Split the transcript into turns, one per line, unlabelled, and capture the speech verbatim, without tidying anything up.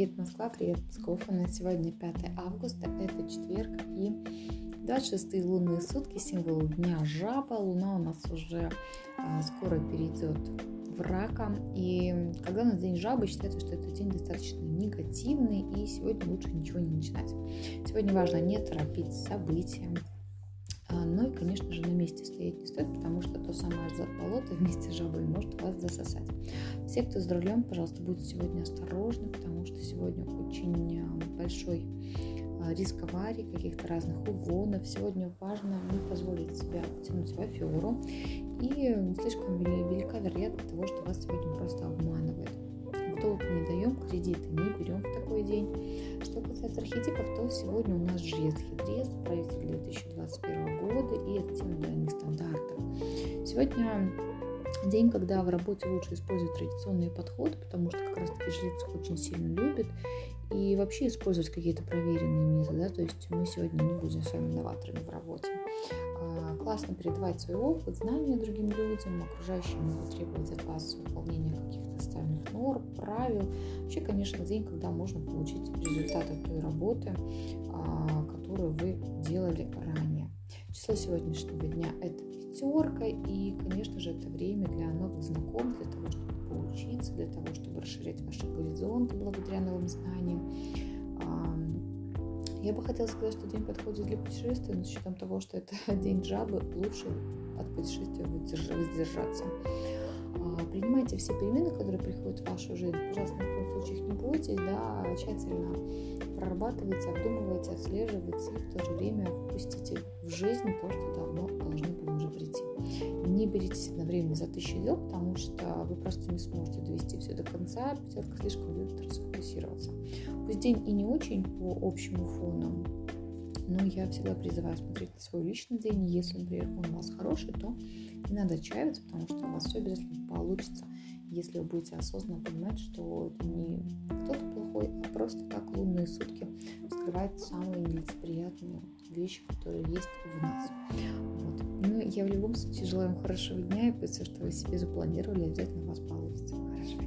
Привет, Москва, привет, Псков. У нас сегодня пятое августа, это четверг и двадцать шестые лунные сутки, символ дня жаба. Луна у нас уже а, скоро перейдет в рака. И когда на день жабы, считается, что этот день достаточно негативный, и сегодня лучше ничего не начинать. Сегодня важно не торопить события. Ну и, конечно же, на месте стоять не стоит, потому что то самое болото вместе с жабой может вас засосать. Все, кто за рулем, пожалуйста, будьте сегодня осторожны, потому что сегодня очень большой риск аварий, каких-то разных угонов. Сегодня важно не позволить себя потянуть в аферу, и слишком велика вероятность того, что вас сегодня просто обманывают. В долг не даем, кредиты не берем в такой день. Что касается архетипов, то сегодня у нас жрец хитрец, правитель две тысячи двадцать первого года, и это тема двойных стандартов. Сегодня день, когда в работе лучше использовать традиционные подходы, потому что как раз таки жрец их очень сильно любит, и вообще использовать какие-то проверенные методы, да, то есть мы сегодня не будем с вами новаторами в работе. А, классно передавать свой опыт, знания другим людям, окружающим могут требовать от вас выполнения каких-то социальных норм, правил. Вообще, конечно, день, когда можно получить результаты той работы, а, которую вы делали ранее. Число сегодняшнего дня – это пятерка, и, конечно же, это время для новых знакомств, для того, чтобы поучиться, для того, чтобы расширять ваши горизонты благодаря новым знаниям. Я бы хотела сказать, что день подходит для путешествий, но с учетом того, что это день жабы, лучше от путешествия воздержаться. Принимайте все перемены, которые приходят в вашу жизнь. Пожалуйста, ни в коем случае их не бойтесь, да, тщательно прорабатывайте, обдумывайте, отслеживайте и в то же время впустите в жизнь то, что давно должны были уже прийти. Не беритесь одновременно за тысячу дел, потому что вы просто не сможете довести все до конца. Пятерка слишком любит расфокусироваться. Пусть день и не очень по общему фону, но я всегда призываю смотреть на свой личный день. Если, например, он у вас хороший, то не надо отчаиваться, потому что у вас все обязательно получится, если вы будете осознанно понимать, что это не кто-то плохой, а просто так лунные сутки скрывают самые нелицеприятные вещи, которые есть в нас. Вот. Ну, я в любом случае желаю вам хорошего дня, и пусть все, что вы себе запланировали, обязательно у вас получится. Хорошего.